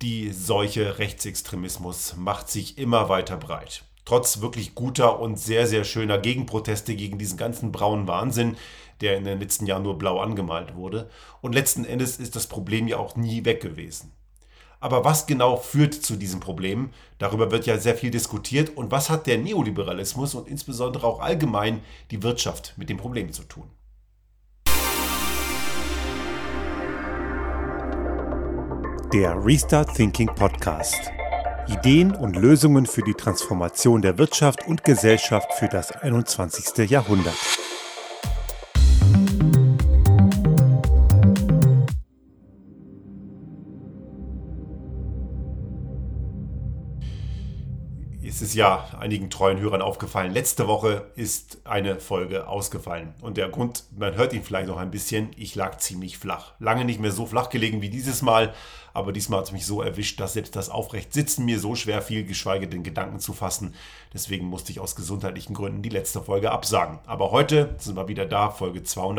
Die Seuche Rechtsextremismus macht sich immer weiter breit. Trotz wirklich guter und sehr, sehr schöner Gegenproteste gegen diesen ganzen braunen Wahnsinn, der in den letzten Jahren nur blau angemalt wurde. Und letzten Endes ist das Problem ja auch nie weg gewesen. Aber was genau führt zu diesem Problem? Darüber wird ja sehr viel diskutiert. Und was hat der Neoliberalismus und insbesondere auch allgemein die Wirtschaft mit dem Problem zu tun? Der Restart Thinking Podcast. Ideen und Lösungen für die Transformation der Wirtschaft und Gesellschaft für das 21. Jahrhundert. Es ist ja einigen treuen Hörern aufgefallen, letzte Woche ist eine Folge ausgefallen. Und der Grund, man hört ihn vielleicht noch ein bisschen, ich lag ziemlich flach. Lange nicht mehr so flach gelegen wie dieses Mal, aber diesmal hat es mich so erwischt, dass selbst das Aufrechtsitzen mir so schwer fiel, geschweige denn Gedanken zu fassen. Deswegen musste ich aus gesundheitlichen Gründen die letzte Folge absagen. Aber heute sind wir wieder da, Folge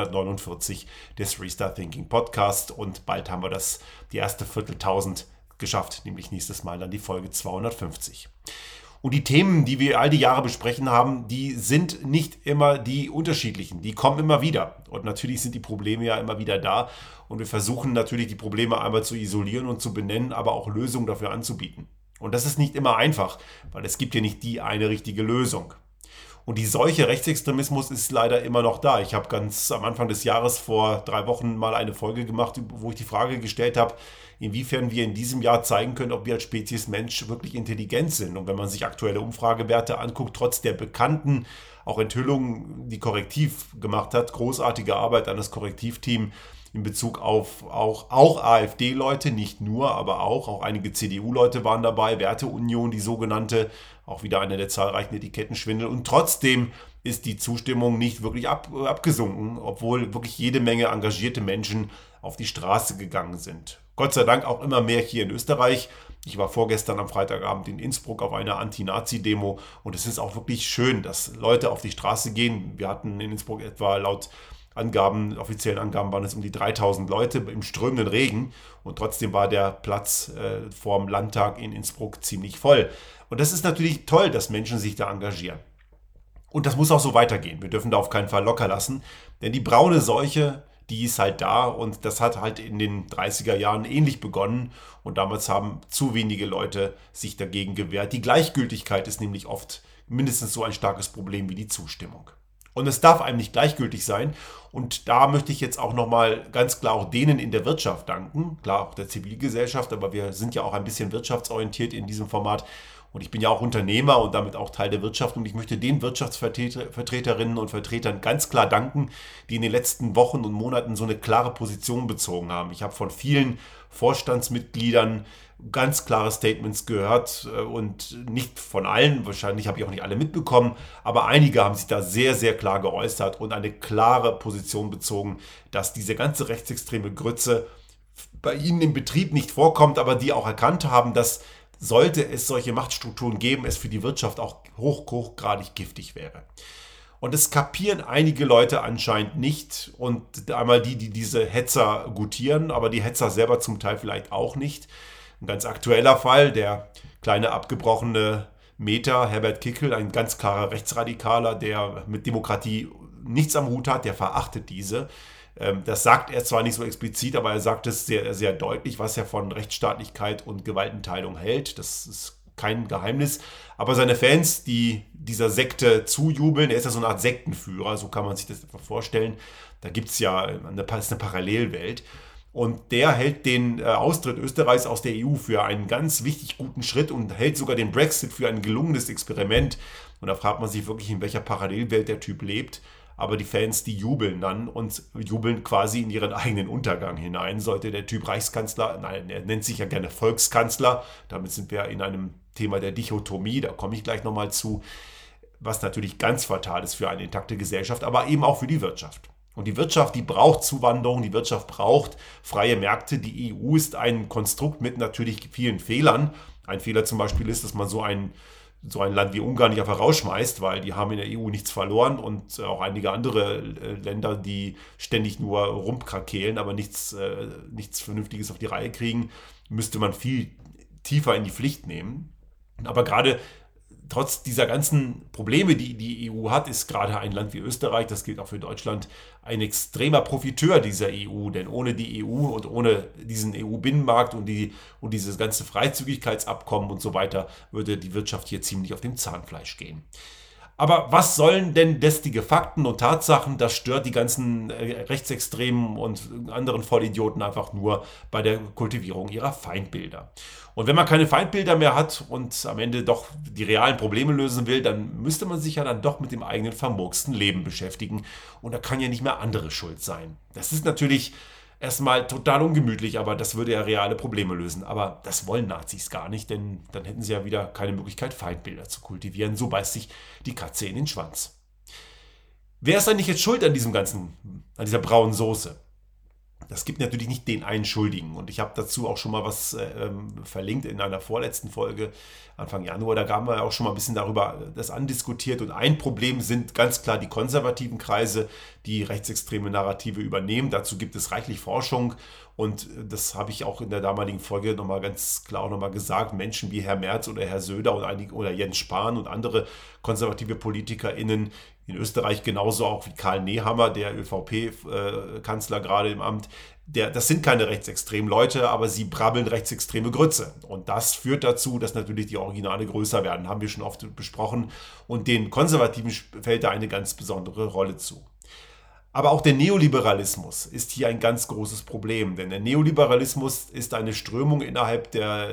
249 des Restart Thinking Podcast. Und bald haben wir die erste Vierteltausend geschafft, nämlich nächstes Mal dann die Folge 250. Und die Themen, die wir all die Jahre besprechen haben, die sind nicht immer die unterschiedlichen. Die kommen immer wieder. Und natürlich sind die Probleme ja immer wieder da. Und wir versuchen natürlich, die Probleme einmal zu isolieren und zu benennen, aber auch Lösungen dafür anzubieten. Und das ist nicht immer einfach, weil es gibt ja nicht die eine richtige Lösung. Und die Seuche Rechtsextremismus ist leider immer noch da. Ich habe ganz am Anfang des Jahres vor 3 Wochen mal eine Folge gemacht, wo ich die Frage gestellt habe, inwiefern wir in diesem Jahr zeigen können, ob wir als Spezies Mensch wirklich intelligent sind. Und wenn man sich aktuelle Umfragewerte anguckt, trotz der bekannten auch Enthüllungen, die Korrektiv gemacht hat, großartige Arbeit an das Korrektivteam in Bezug auf auch AfD-Leute, nicht nur, aber auch einige CDU-Leute waren dabei, Werteunion, die sogenannte, auch wieder eine der zahlreichen Etikettenschwindel. Und trotzdem ist die Zustimmung nicht wirklich abgesunken, obwohl wirklich jede Menge engagierte Menschen auf die Straße gegangen sind. Gott sei Dank auch immer mehr hier in Österreich. Ich war vorgestern am Freitagabend in Innsbruck auf einer Anti-Nazi-Demo und es ist auch wirklich schön, dass Leute auf die Straße gehen. Wir hatten in Innsbruck etwa laut offiziellen Angaben waren es um die 3000 Leute im strömenden Regen und trotzdem war der Platz vorm Landtag in Innsbruck ziemlich voll. Und das ist natürlich toll, dass Menschen sich da engagieren. Und das muss auch so weitergehen. Wir dürfen da auf keinen Fall locker lassen, denn die braune Seuche, die ist halt da und das hat halt in den 30er Jahren ähnlich begonnen und damals haben zu wenige Leute sich dagegen gewehrt. Die Gleichgültigkeit ist nämlich oft mindestens so ein starkes Problem wie die Zustimmung. Und es darf einem nicht gleichgültig sein. Und da möchte ich jetzt auch nochmal ganz klar auch denen in der Wirtschaft danken. Klar auch der Zivilgesellschaft, aber wir sind ja auch ein bisschen wirtschaftsorientiert in diesem Format. Und ich bin ja auch Unternehmer und damit auch Teil der Wirtschaft. Und ich möchte den Wirtschaftsvertreterinnen und Vertretern ganz klar danken, die in den letzten Wochen und Monaten so eine klare Position bezogen haben. Ich habe von vielen Vorstandsmitgliedern ganz klare Statements gehört und nicht von allen, wahrscheinlich habe ich auch nicht alle mitbekommen, aber einige haben sich da sehr, sehr klar geäußert und eine klare Position bezogen, dass diese ganze rechtsextreme Grütze bei ihnen im Betrieb nicht vorkommt, aber die auch erkannt haben, dass sollte es solche Machtstrukturen geben, es für die Wirtschaft auch hochgradig giftig wäre. Und das kapieren einige Leute anscheinend nicht und einmal die diese Hetzer gutieren, aber die Hetzer selber zum Teil vielleicht auch nicht. Ein ganz aktueller Fall, der kleine abgebrochene Meter, Herbert Kickl, ein ganz klarer Rechtsradikaler, der mit Demokratie nichts am Hut hat, der verachtet diese. Das sagt er zwar nicht so explizit, aber er sagt es sehr, sehr deutlich, was er von Rechtsstaatlichkeit und Gewaltenteilung hält. Das ist kein Geheimnis. Aber seine Fans, die dieser Sekte zujubeln, er ist ja so eine Art Sektenführer, so kann man sich das vorstellen. Da gibt es ja eine Parallelwelt. Und der hält den Austritt Österreichs aus der EU für einen ganz wichtig guten Schritt und hält sogar den Brexit für ein gelungenes Experiment. Und da fragt man sich wirklich, in welcher Parallelwelt der Typ lebt. Aber die Fans, die jubeln dann und jubeln quasi in ihren eigenen Untergang hinein. Sollte der Typ Reichskanzler, nein, er nennt sich ja gerne Volkskanzler, damit sind wir in einem Thema der Dichotomie, da komme ich gleich nochmal zu, was natürlich ganz fatal ist für eine intakte Gesellschaft, aber eben auch für die Wirtschaft. Und die Wirtschaft, die braucht Zuwanderung, die Wirtschaft braucht freie Märkte. Die EU ist ein Konstrukt mit natürlich vielen Fehlern. Ein Fehler zum Beispiel ist, dass man so ein Land wie Ungarn nicht einfach rausschmeißt, weil die haben in der EU nichts verloren und auch einige andere Länder, die ständig nur rumkrakehlen, aber nichts Vernünftiges auf die Reihe kriegen, müsste man viel tiefer in die Pflicht nehmen. Aber gerade trotz dieser ganzen Probleme, die die EU hat, ist gerade ein Land wie Österreich, das gilt auch für Deutschland, ein extremer Profiteur dieser EU. Denn ohne die EU und ohne diesen EU-Binnenmarkt und dieses ganze Freizügigkeitsabkommen und so weiter würde die Wirtschaft hier ziemlich auf dem Zahnfleisch gehen. Aber was sollen denn lästige Fakten und Tatsachen? Das stört die ganzen Rechtsextremen und anderen Vollidioten einfach nur bei der Kultivierung ihrer Feindbilder. Und wenn man keine Feindbilder mehr hat und am Ende doch die realen Probleme lösen will, dann müsste man sich ja dann doch mit dem eigenen vermurksten Leben beschäftigen. Und da kann ja nicht mehr andere schuld sein. Das ist natürlich erstmal total ungemütlich, aber das würde ja reale Probleme lösen. Aber das wollen Nazis gar nicht, denn dann hätten sie ja wieder keine Möglichkeit, Feindbilder zu kultivieren. So beißt sich die Katze in den Schwanz. Wer ist eigentlich jetzt schuld an an dieser braunen Soße? Das gibt natürlich nicht den einen Schuldigen. Und ich habe dazu auch schon mal was verlinkt in einer vorletzten Folge, Anfang Januar. Da haben wir auch schon mal ein bisschen darüber das andiskutiert. Und ein Problem sind ganz klar die konservativen Kreise, die rechtsextreme Narrative übernehmen. Dazu gibt es reichlich Forschung. Und das habe ich auch in der damaligen Folge nochmal ganz klar auch nochmal gesagt. Menschen wie Herr Merz oder Herr Söder oder Jens Spahn und andere konservative PolitikerInnen in Österreich genauso auch wie Karl Nehammer, der ÖVP-Kanzler gerade im Amt. Das sind keine rechtsextremen Leute, aber sie brabbeln rechtsextreme Grütze. Und das führt dazu, dass natürlich die Originale größer werden, haben wir schon oft besprochen. Und den Konservativen fällt da eine ganz besondere Rolle zu. Aber auch der Neoliberalismus ist hier ein ganz großes Problem, denn der Neoliberalismus ist eine Strömung innerhalb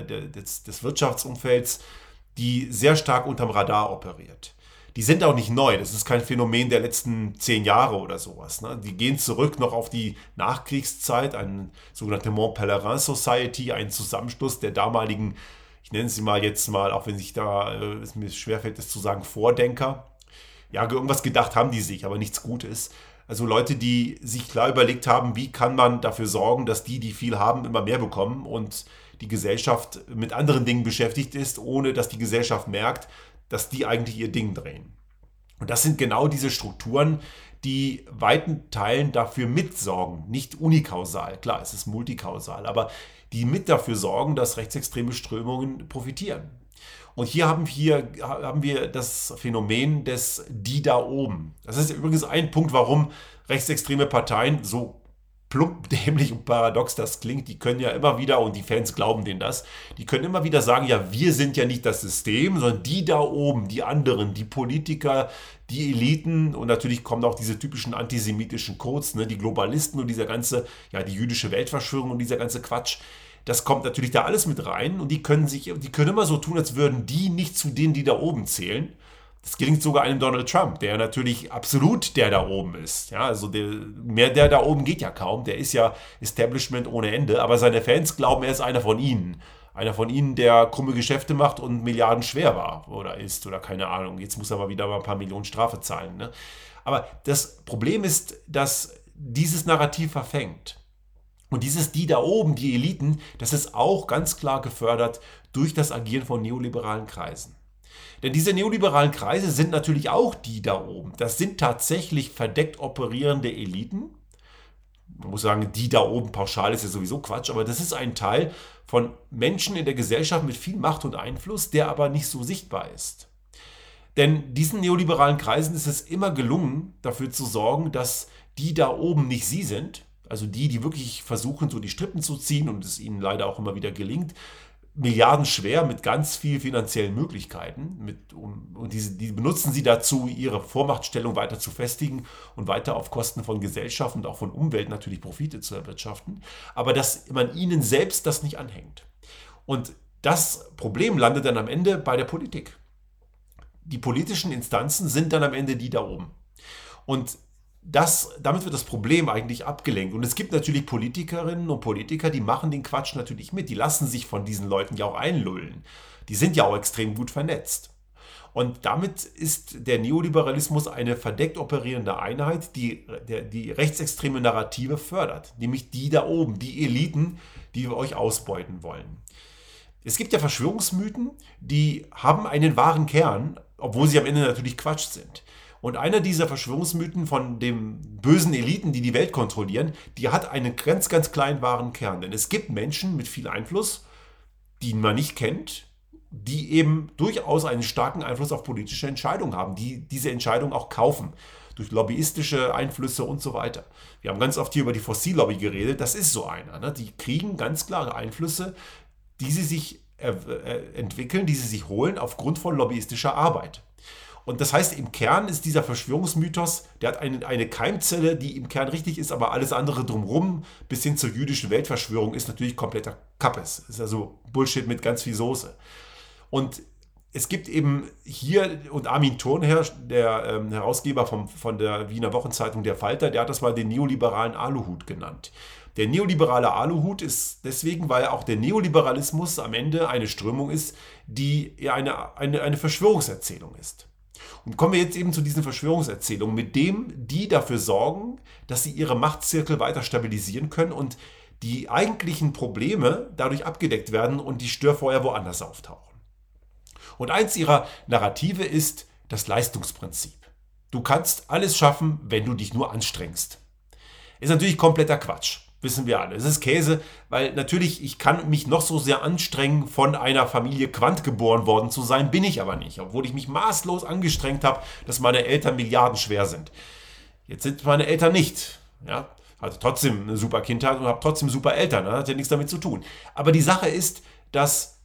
des Wirtschaftsumfelds, die sehr stark unterm Radar operiert. Die sind auch nicht neu, das ist kein Phänomen der letzten 10 Jahre oder sowas. Ne? Die gehen zurück noch auf die Nachkriegszeit, eine sogenannte Mont Pelerin Society, ein Zusammenschluss der damaligen, ich nenne sie mal jetzt mal, auch wenn es mir schwerfällt, das zu sagen, Vordenker. Ja, irgendwas gedacht haben die sich, aber nichts Gutes. Also Leute, die sich klar überlegt haben, wie kann man dafür sorgen, dass die viel haben, immer mehr bekommen und die Gesellschaft mit anderen Dingen beschäftigt ist, ohne dass die Gesellschaft merkt, dass die eigentlich ihr Ding drehen. Und das sind genau diese Strukturen, die weiten Teilen dafür mitsorgen, nicht unikausal, klar, es ist multikausal, aber die mit dafür sorgen, dass rechtsextreme Strömungen profitieren. Und hier haben wir das Phänomen des Die da oben. Das ist übrigens ein Punkt, warum rechtsextreme Parteien, so plump, dämlich und paradox das klingt, die können ja immer wieder, und die Fans glauben denen das, die können immer wieder sagen, ja, wir sind ja nicht das System, sondern die da oben, die anderen, die Politiker, die Eliten, und natürlich kommen auch diese typischen antisemitischen Codes, ne, die Globalisten und dieser ganze, ja, die jüdische Weltverschwörung und dieser ganze Quatsch. Das kommt natürlich da alles mit rein, und die können immer so tun, als würden die nicht zu denen, die da oben zählen. Das gelingt sogar einem Donald Trump, der natürlich absolut der da oben ist. Ja, also der da oben geht ja kaum. Der ist ja Establishment ohne Ende. Aber seine Fans glauben, er ist einer von ihnen. Einer von ihnen, der krumme Geschäfte macht und Milliarden schwer war oder ist oder keine Ahnung. Jetzt muss er aber wieder mal ein paar Millionen Strafe zahlen. Ne? Aber das Problem ist, dass dieses Narrativ verfängt. Und dieses die da oben, die Eliten, das ist auch ganz klar gefördert durch das Agieren von neoliberalen Kreisen. Denn diese neoliberalen Kreise sind natürlich auch die da oben. Das sind tatsächlich verdeckt operierende Eliten. Man muss sagen, die da oben pauschal ist ja sowieso Quatsch, aber das ist ein Teil von Menschen in der Gesellschaft mit viel Macht und Einfluss, der aber nicht so sichtbar ist. Denn diesen neoliberalen Kreisen ist es immer gelungen, dafür zu sorgen, dass die da oben nicht sie sind, also die wirklich versuchen, so die Strippen zu ziehen und es ihnen leider auch immer wieder gelingt, milliardenschwer mit ganz vielen finanziellen Möglichkeiten und die benutzen sie dazu, ihre Vormachtstellung weiter zu festigen und weiter auf Kosten von Gesellschaft und auch von Umwelt natürlich Profite zu erwirtschaften, aber dass man ihnen selbst das nicht anhängt. Und das Problem landet dann am Ende bei der Politik. Die politischen Instanzen sind dann am Ende die da oben. Und damit wird das Problem eigentlich abgelenkt. Und es gibt natürlich Politikerinnen und Politiker, die machen den Quatsch natürlich mit. Die lassen sich von diesen Leuten ja auch einlullen. Die sind ja auch extrem gut vernetzt. Und damit ist der Neoliberalismus eine verdeckt operierende Einheit, die rechtsextreme Narrative fördert. Nämlich die da oben, die Eliten, die wir euch ausbeuten wollen. Es gibt ja Verschwörungsmythen, die haben einen wahren Kern, obwohl sie am Ende natürlich Quatsch sind. Und einer dieser Verschwörungsmythen von den bösen Eliten, die die Welt kontrollieren, die hat einen ganz, ganz kleinen wahren Kern. Denn es gibt Menschen mit viel Einfluss, die man nicht kennt, die eben durchaus einen starken Einfluss auf politische Entscheidungen haben, die diese Entscheidungen auch kaufen, durch lobbyistische Einflüsse und so weiter. Wir haben ganz oft hier über die Fossillobby geredet, das ist so einer. Ne? Die kriegen ganz klare Einflüsse, die sie sich entwickeln, die sie sich holen aufgrund von lobbyistischer Arbeit. Und das heißt, im Kern ist dieser Verschwörungsmythos, der hat eine Keimzelle, die im Kern richtig ist, aber alles andere drumherum, bis hin zur jüdischen Weltverschwörung, ist natürlich kompletter Kappes. Ist also Bullshit mit ganz viel Soße. Und es gibt eben hier, und Armin Thurnherr, der Herausgeber von der Wiener Wochenzeitung Der Falter, der hat das mal den neoliberalen Aluhut genannt. Der neoliberale Aluhut ist deswegen, weil auch der Neoliberalismus am Ende eine Strömung ist, die eine Verschwörungserzählung ist. Und kommen wir jetzt eben zu diesen Verschwörungserzählungen, mit dem die dafür sorgen, dass sie ihre Machtzirkel weiter stabilisieren können und die eigentlichen Probleme dadurch abgedeckt werden und die Störfeuer woanders auftauchen. Und eins ihrer Narrative ist das Leistungsprinzip. Du kannst alles schaffen, wenn du dich nur anstrengst. Ist natürlich kompletter Quatsch. Wissen wir alle. Es ist Käse, weil natürlich, ich kann mich noch so sehr anstrengen, von einer Familie Quandt geboren worden zu sein, bin ich aber nicht. Obwohl ich mich maßlos angestrengt habe, dass meine Eltern milliardenschwer sind. Jetzt sind meine Eltern nicht. Ja? Hatte trotzdem eine super Kindheit und habe trotzdem super Eltern. Das hat ja nichts damit zu tun. Aber die Sache ist, dass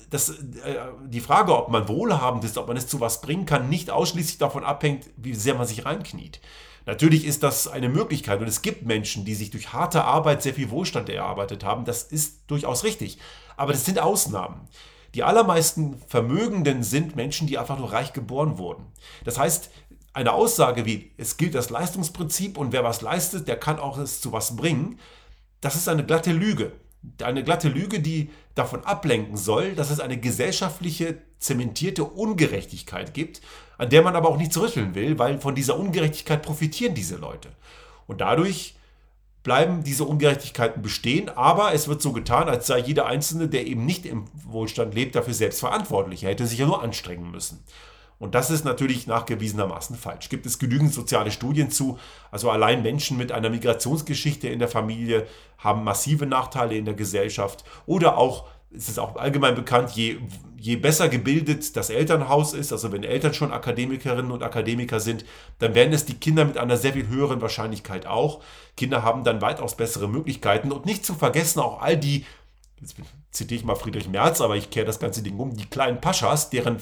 die Frage, ob man wohlhabend ist, ob man es zu was bringen kann, nicht ausschließlich davon abhängt, wie sehr man sich reinkniet. Natürlich ist das eine Möglichkeit und es gibt Menschen, die sich durch harte Arbeit sehr viel Wohlstand erarbeitet haben. Das ist durchaus richtig. Aber das sind Ausnahmen. Die allermeisten Vermögenden sind Menschen, die einfach nur reich geboren wurden. Das heißt, eine Aussage wie, es gilt das Leistungsprinzip und wer was leistet, der kann auch es zu was bringen, das ist eine glatte Lüge. Eine glatte Lüge, die davon ablenken soll, dass es eine gesellschaftliche, zementierte Ungerechtigkeit gibt, an der man aber auch nicht rütteln will, weil von dieser Ungerechtigkeit profitieren diese Leute. Und dadurch bleiben diese Ungerechtigkeiten bestehen, aber es wird so getan, als sei jeder Einzelne, der eben nicht im Wohlstand lebt, dafür selbst verantwortlich. Er hätte sich ja nur anstrengen müssen. Und das ist natürlich nachgewiesenermaßen falsch. Gibt es genügend soziale Studien zu? Also allein Menschen mit einer Migrationsgeschichte in der Familie haben massive Nachteile in der Gesellschaft. Oder auch, es ist auch allgemein bekannt, je besser gebildet das Elternhaus ist, also wenn Eltern schon Akademikerinnen und Akademiker sind, dann werden es die Kinder mit einer sehr viel höheren Wahrscheinlichkeit auch. Kinder haben dann weitaus bessere Möglichkeiten. Und nicht zu vergessen auch all die, jetzt zitiere ich mal Friedrich Merz, aber ich kehre das ganze Ding um, die kleinen Paschas, deren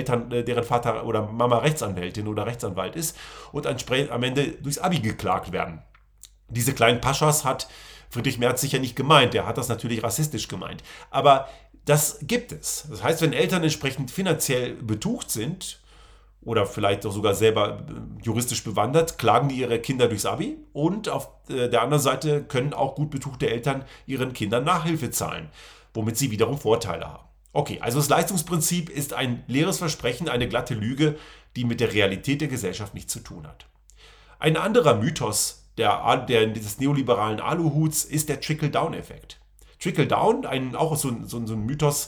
Vater oder Mama Rechtsanwältin oder Rechtsanwalt ist und am Ende durchs Abi geklagt werden. Diese kleinen Paschas hat Friedrich Merz sicher nicht gemeint, der hat das natürlich rassistisch gemeint. Aber das gibt es. Das heißt, wenn Eltern entsprechend finanziell betucht sind oder vielleicht auch sogar selber juristisch bewandert, klagen die ihre Kinder durchs Abi und auf der anderen Seite können auch gut betuchte Eltern ihren Kindern Nachhilfe zahlen, womit sie wiederum Vorteile haben. Okay, also das Leistungsprinzip ist ein leeres Versprechen, eine glatte Lüge, die mit der Realität der Gesellschaft nichts zu tun hat. Ein anderer Mythos des neoliberalen Aluhuts ist der Trickle-Down-Effekt. Trickle-Down, auch so ein Mythos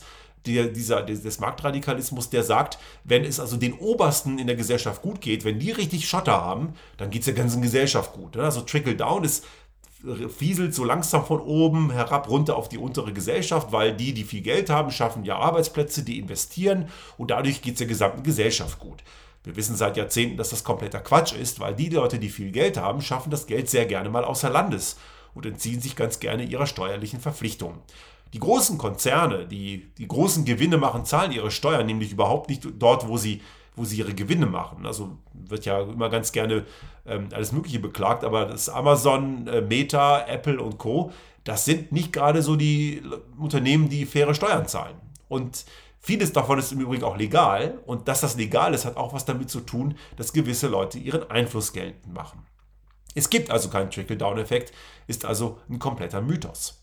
des Marktradikalismus, der sagt, wenn es also den Obersten in der Gesellschaft gut geht, wenn die richtig Schotter haben, dann geht es der ganzen Gesellschaft gut. Also Trickle-Down fieselt so langsam von oben herab runter auf die untere Gesellschaft, weil die viel Geld haben, schaffen ja Arbeitsplätze, die investieren und dadurch geht es der gesamten Gesellschaft gut. Wir wissen seit Jahrzehnten, dass das kompletter Quatsch ist, weil die Leute, die viel Geld haben, schaffen das Geld sehr gerne mal außer Landes und entziehen sich ganz gerne ihrer steuerlichen Verpflichtungen. Die großen Konzerne, die großen Gewinne machen, zahlen ihre Steuern nämlich überhaupt nicht dort, wo sie ihre Gewinne machen. Also wird ja immer ganz gerne alles Mögliche beklagt, aber das Amazon, Meta, Apple und Co., das sind nicht gerade so die Unternehmen, die faire Steuern zahlen. Und vieles davon ist im Übrigen auch legal. Und dass das legal ist, hat auch was damit zu tun, dass gewisse Leute ihren Einfluss geltend machen. Es gibt also keinen Trickle-Down-Effekt, ist also ein kompletter Mythos.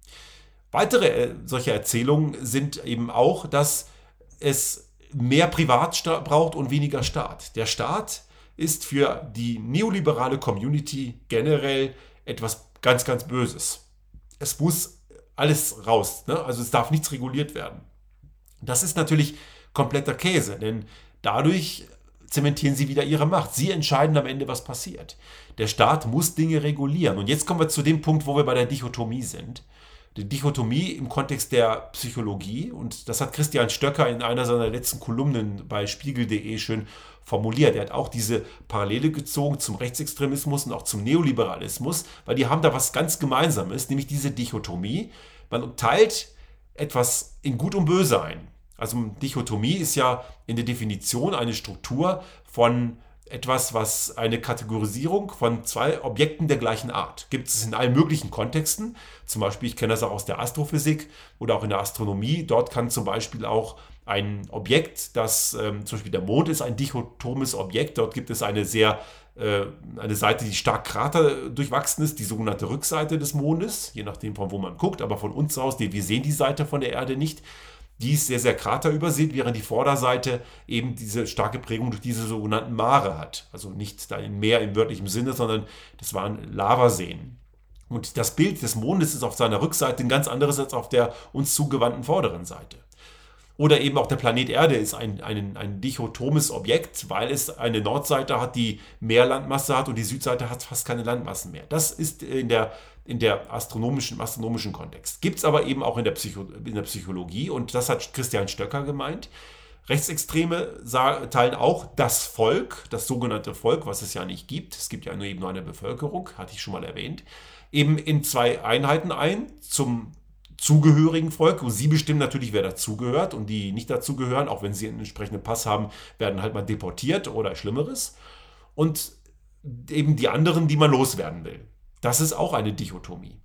Weitere solche Erzählungen sind eben auch, dass es mehr Privatstaat braucht und weniger Staat. Der Staat ist für die neoliberale Community generell etwas ganz, ganz Böses. Es muss alles raus, ne? Also es darf nichts reguliert werden. Das ist natürlich kompletter Käse, denn dadurch zementieren sie wieder ihre Macht. Sie entscheiden am Ende, was passiert. Der Staat muss Dinge regulieren. Und jetzt kommen wir zu dem Punkt, wo wir bei der Dichotomie sind. Die Dichotomie im Kontext der Psychologie, und das hat Christian Stöcker in einer seiner letzten Kolumnen bei spiegel.de schön formuliert. Er hat auch diese Parallele gezogen zum Rechtsextremismus und auch zum Neoliberalismus, weil die haben da was ganz Gemeinsames, nämlich diese Dichotomie. Man teilt etwas in Gut und Böse ein. Also Dichotomie ist ja in der Definition eine Struktur von etwas, was eine Kategorisierung von zwei Objekten der gleichen Art gibt es in allen möglichen Kontexten. Zum Beispiel, ich kenne das auch aus der Astrophysik oder auch in der Astronomie. Dort kann zum Beispiel auch ein Objekt, das zum Beispiel der Mond ist, ein dichotomes Objekt. Dort gibt es eine Seite, die stark Krater durchwachsen ist, die sogenannte Rückseite des Mondes, je nachdem von wo man guckt, aber von uns aus, wir sehen die Seite von der Erde nicht. Die ist sehr, sehr kraterübersät, während die Vorderseite eben diese starke Prägung durch diese sogenannten Mare hat. Also nicht ein Meer im wörtlichen Sinne, sondern das waren Lavaseen. Und das Bild des Mondes ist auf seiner Rückseite ein ganz anderes als auf der uns zugewandten vorderen Seite. Oder eben auch der Planet Erde ist ein dichotomes Objekt, weil es eine Nordseite hat, die mehr Landmasse hat und die Südseite hat fast keine Landmassen mehr. Das ist in der astronomischen Kontext. Gibt es aber eben auch in der Psychologie, und das hat Christian Stöcker gemeint. Rechtsextreme teilen auch das Volk, das sogenannte Volk, was es ja nicht gibt. Es gibt ja eben nur eine Bevölkerung, hatte ich schon mal erwähnt, eben in zwei Einheiten ein, zum zugehörigen Volk. Und sie bestimmen natürlich, wer dazugehört, und die nicht dazugehören, auch wenn sie einen entsprechenden Pass haben, werden halt mal deportiert oder Schlimmeres. Und eben die anderen, die man loswerden will. Das ist auch eine Dichotomie.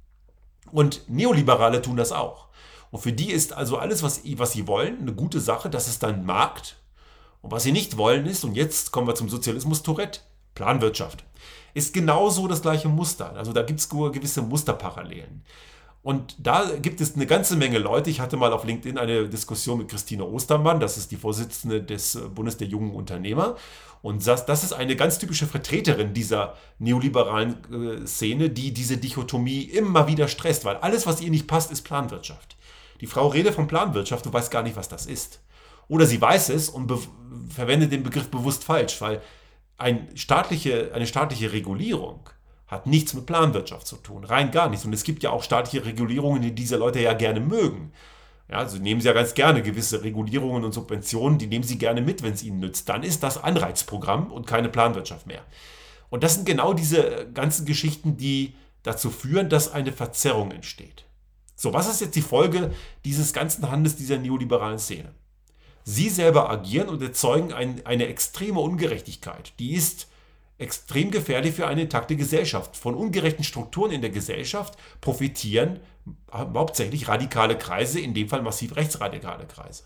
Und Neoliberale tun das auch. Und für die ist also alles, was sie wollen, eine gute Sache. Das ist dann Markt. Und was sie nicht wollen ist, und jetzt kommen wir zum Sozialismus Tourette, Planwirtschaft. Ist genauso das gleiche Muster. Also da gibt es gewisse Musterparallelen. Und da gibt es eine ganze Menge Leute. Ich hatte mal auf LinkedIn eine Diskussion mit Christine Ostermann, das ist die Vorsitzende des Bundes der jungen Unternehmer. Und das ist eine ganz typische Vertreterin dieser neoliberalen Szene, die diese Dichotomie immer wieder stresst, weil alles, was ihr nicht passt, ist Planwirtschaft. Die Frau redet von Planwirtschaft und weiß gar nicht, was das ist. Oder sie weiß es und verwendet den Begriff bewusst falsch, weil eine staatliche Regulierung hat nichts mit Planwirtschaft zu tun, rein gar nichts. Und es gibt ja auch staatliche Regulierungen, die diese Leute ja gerne mögen. Ja, also nehmen sie ja ganz gerne gewisse Regulierungen und Subventionen, die nehmen sie gerne mit, wenn es ihnen nützt. Dann ist das Anreizprogramm und keine Planwirtschaft mehr. Und das sind genau diese ganzen Geschichten, die dazu führen, dass eine Verzerrung entsteht. So, was ist jetzt die Folge dieses ganzen Handels dieser neoliberalen Szene? Sie selber agieren und erzeugen eine extreme Ungerechtigkeit. Die ist extrem gefährlich für eine intakte Gesellschaft. Von ungerechten Strukturen in der Gesellschaft profitieren hauptsächlich radikale Kreise, in dem Fall massiv rechtsradikale Kreise.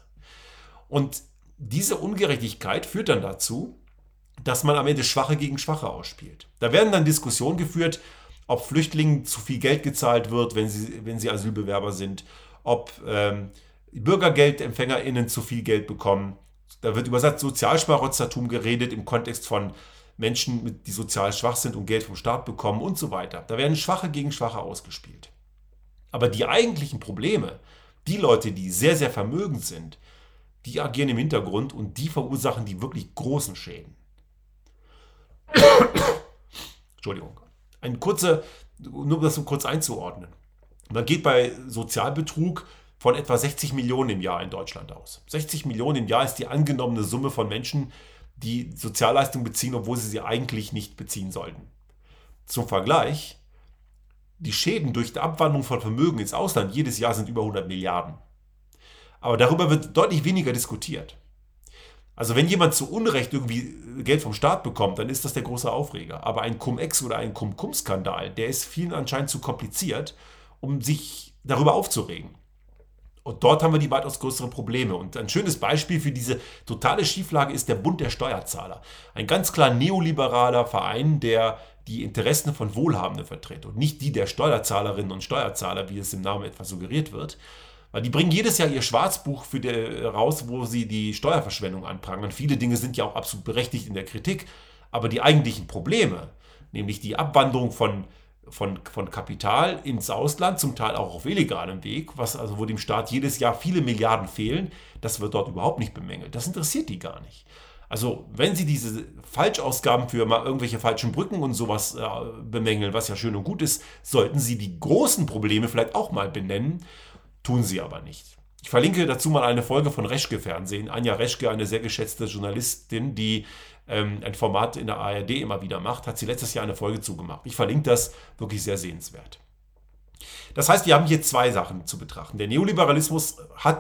Und diese Ungerechtigkeit führt dann dazu, dass man am Ende Schwache gegen Schwache ausspielt. Da werden dann Diskussionen geführt, ob Flüchtlingen zu viel Geld gezahlt wird, wenn sie Asylbewerber sind, ob BürgergeldempfängerInnen zu viel Geld bekommen. Da wird über Sozialschmarotzertum geredet im Kontext von Menschen, die sozial schwach sind und Geld vom Staat bekommen und so weiter. Da werden Schwache gegen Schwache ausgespielt. Aber die eigentlichen Probleme, die Leute, die sehr, sehr vermögend sind, die agieren im Hintergrund und die verursachen die wirklich großen Schäden. Entschuldigung. Nur um das kurz einzuordnen. Man geht bei Sozialbetrug von etwa 60 Millionen im Jahr in Deutschland aus. 60 Millionen im Jahr ist die angenommene Summe von Menschen, die Sozialleistungen beziehen, obwohl sie eigentlich nicht beziehen sollten. Zum Vergleich, die Schäden durch die Abwanderung von Vermögen ins Ausland jedes Jahr sind über 100 Milliarden. Aber darüber wird deutlich weniger diskutiert. Also wenn jemand zu Unrecht irgendwie Geld vom Staat bekommt, dann ist das der große Aufreger. Aber ein Cum-Ex oder ein Cum-Cum-Skandal, der ist vielen anscheinend zu kompliziert, um sich darüber aufzuregen. Und dort haben wir die weitaus größeren Probleme. Und ein schönes Beispiel für diese totale Schieflage ist der Bund der Steuerzahler. Ein ganz klar neoliberaler Verein, der die Interessen von Wohlhabenden vertritt und nicht die der Steuerzahlerinnen und Steuerzahler, wie es im Namen etwas suggeriert wird. Weil die bringen jedes Jahr ihr Schwarzbuch raus, wo sie die Steuerverschwendung anprangern. Viele Dinge sind ja auch absolut berechtigt in der Kritik. Aber die eigentlichen Probleme, nämlich die Abwanderung von Kapital ins Ausland, zum Teil auch auf illegalem Weg, wo dem Staat jedes Jahr viele Milliarden fehlen, das wird dort überhaupt nicht bemängelt. Das interessiert die gar nicht. Also wenn Sie diese Falschausgaben für mal irgendwelche falschen Brücken und sowas bemängeln, was ja schön und gut ist, sollten Sie die großen Probleme vielleicht auch mal benennen, tun Sie aber nicht. Ich verlinke dazu mal eine Folge von Reschke Fernsehen. Anja Reschke, eine sehr geschätzte Journalistin, die ein Format in der ARD immer wieder macht, hat sie letztes Jahr eine Folge zugemacht. Ich verlinke das, wirklich sehr sehenswert. Das heißt, wir haben hier zwei Sachen zu betrachten. Der Neoliberalismus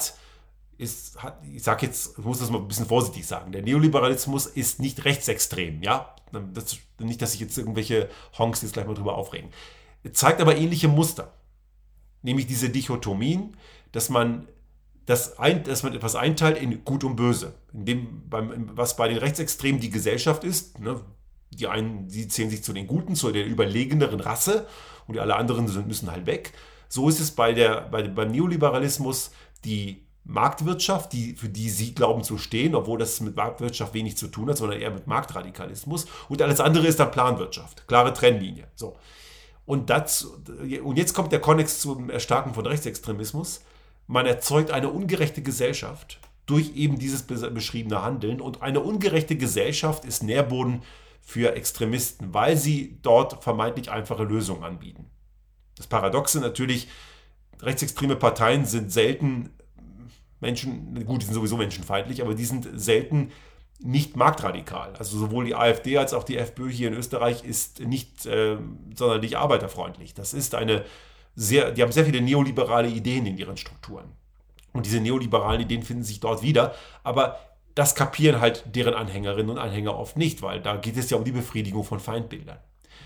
ich muss das mal ein bisschen vorsichtig sagen, der Neoliberalismus ist nicht rechtsextrem, ja? Nicht, dass sich jetzt irgendwelche Honks jetzt gleich mal drüber aufregen. Er zeigt aber ähnliche Muster, nämlich diese Dichotomien, dass man etwas einteilt in Gut und Böse. Was bei den Rechtsextremen die Gesellschaft ist, ne? Die einen, die zählen sich zu den Guten, zu der überlegeneren Rasse und alle anderen müssen halt weg. So ist es beim Neoliberalismus die Marktwirtschaft, für die sie glauben zu stehen, obwohl das mit Marktwirtschaft wenig zu tun hat, sondern eher mit Marktradikalismus. Und alles andere ist dann Planwirtschaft, klare Trennlinie. So. Und jetzt kommt der Konnex zum Erstarken von Rechtsextremismus. Man erzeugt eine ungerechte Gesellschaft durch eben dieses beschriebene Handeln. Und eine ungerechte Gesellschaft ist Nährboden für Extremisten, weil sie dort vermeintlich einfache Lösungen anbieten. Das Paradoxe natürlich, rechtsextreme Parteien sind selten die sind sowieso menschenfeindlich, aber die sind selten nicht marktradikal. Also sowohl die AfD als auch die FPÖ hier in Österreich ist nicht sonderlich arbeiterfreundlich. Die haben sehr viele neoliberale Ideen in ihren Strukturen. Und diese neoliberalen Ideen finden sich dort wieder, aber das kapieren halt deren Anhängerinnen und Anhänger oft nicht, weil da geht es ja um die Befriedigung von Feindbildern.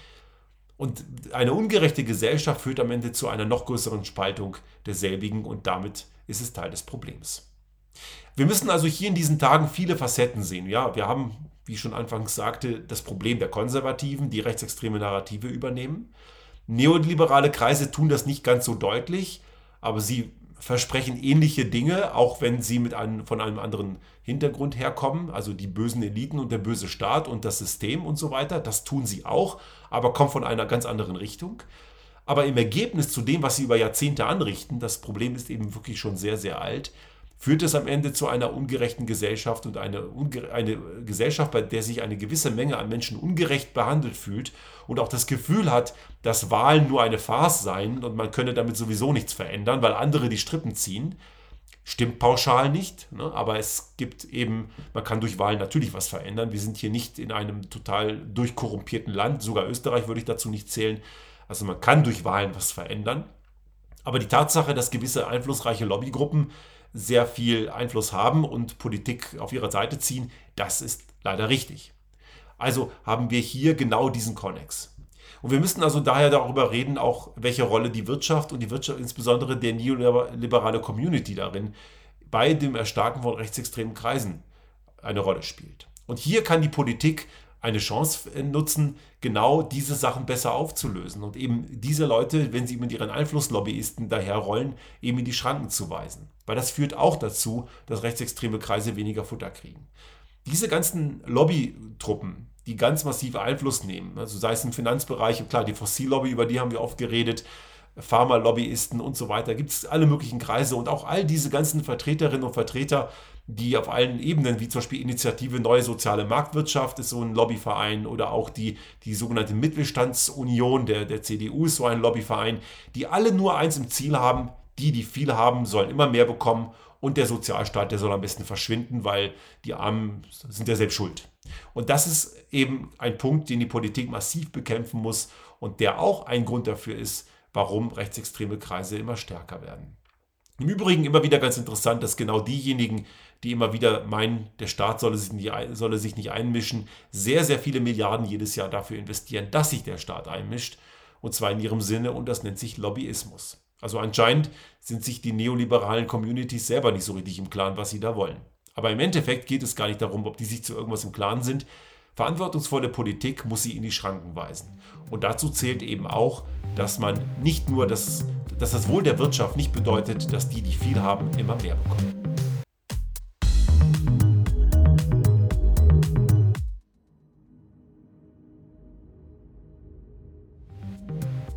Und eine ungerechte Gesellschaft führt am Ende zu einer noch größeren Spaltung derselbigen und damit ist es Teil des Problems. Wir müssen also hier in diesen Tagen viele Facetten sehen. Ja, wir haben, wie ich schon anfangs sagte, das Problem der Konservativen, die rechtsextreme Narrative übernehmen. Neoliberale Kreise tun das nicht ganz so deutlich, aber sie versprechen ähnliche Dinge, auch wenn sie von einem anderen Hintergrund herkommen, also die bösen Eliten und der böse Staat und das System und so weiter. Das tun sie auch, aber kommen von einer ganz anderen Richtung. Aber im Ergebnis zu dem, was sie über Jahrzehnte anrichten, das Problem ist eben wirklich schon sehr, sehr alt, führt es am Ende zu einer ungerechten Gesellschaft und eine Gesellschaft, bei der sich eine gewisse Menge an Menschen ungerecht behandelt fühlt und auch das Gefühl hat, dass Wahlen nur eine Farce seien und man könne damit sowieso nichts verändern, weil andere die Strippen ziehen. Stimmt pauschal nicht, ne? Aber es gibt eben, man kann durch Wahlen natürlich was verändern. Wir sind hier nicht in einem total durchkorrumpierten Land, sogar Österreich würde ich dazu nicht zählen. Also man kann durch Wahlen was verändern. Aber die Tatsache, dass gewisse einflussreiche Lobbygruppen sehr viel Einfluss haben und Politik auf ihre Seite ziehen, das ist leider richtig. Also haben wir hier genau diesen Konnex. Und wir müssen also daher darüber reden, auch welche Rolle die Wirtschaft und insbesondere der neoliberale Community darin bei dem Erstarken von rechtsextremen Kreisen eine Rolle spielt. Und hier kann die Politik eine Chance nutzen, genau diese Sachen besser aufzulösen und eben diese Leute, wenn sie mit ihren Einflusslobbyisten daherrollen, eben in die Schranken zu weisen. Weil das führt auch dazu, dass rechtsextreme Kreise weniger Futter kriegen. Diese ganzen Lobbytruppen, die ganz massiv Einfluss nehmen, also sei es im Finanzbereich, klar, die Fossillobby, über die haben wir oft geredet, Pharmalobbyisten und so weiter, gibt es alle möglichen Kreise und auch all diese ganzen Vertreterinnen und Vertreter, die auf allen Ebenen, wie zum Beispiel Initiative Neue Soziale Marktwirtschaft ist so ein Lobbyverein oder auch die sogenannte Mittelstandsunion der CDU ist so ein Lobbyverein, die alle nur eins im Ziel haben, die viel haben, sollen immer mehr bekommen und der Sozialstaat, der soll am besten verschwinden, weil die Armen sind ja selbst schuld. Und das ist eben ein Punkt, den die Politik massiv bekämpfen muss und der auch ein Grund dafür ist, warum rechtsextreme Kreise immer stärker werden. Im Übrigen immer wieder ganz interessant, dass genau diejenigen, die immer wieder meinen, der Staat solle sich nicht einmischen, sehr, sehr viele Milliarden jedes Jahr dafür investieren, dass sich der Staat einmischt, und zwar in ihrem Sinne, und das nennt sich Lobbyismus. Also anscheinend sind sich die neoliberalen Communities selber nicht so richtig im Klaren, was sie da wollen. Aber im Endeffekt geht es gar nicht darum, ob die sich zu irgendwas im Klaren sind. Verantwortungsvolle Politik muss sie in die Schranken weisen. Und dazu zählt eben auch, dass man nicht nur, dass das Wohl der Wirtschaft nicht bedeutet, dass die viel haben, immer mehr bekommen.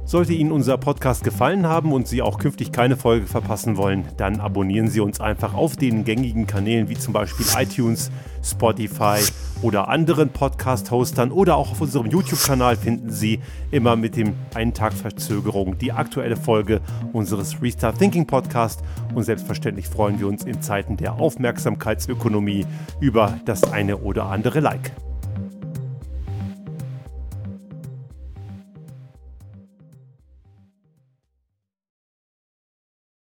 Sollte Ihnen unser Podcast gefallen haben und Sie auch künftig keine Folge verpassen wollen, dann abonnieren Sie uns einfach auf den gängigen Kanälen wie zum Beispiel iTunes, Spotify oder anderen Podcast-Hostern oder auch auf unserem YouTube-Kanal finden Sie immer mit dem einen Tag Verzögerung die aktuelle Folge unseres Restart Thinking Podcast und selbstverständlich freuen wir uns in Zeiten der Aufmerksamkeitsökonomie über das eine oder andere Like.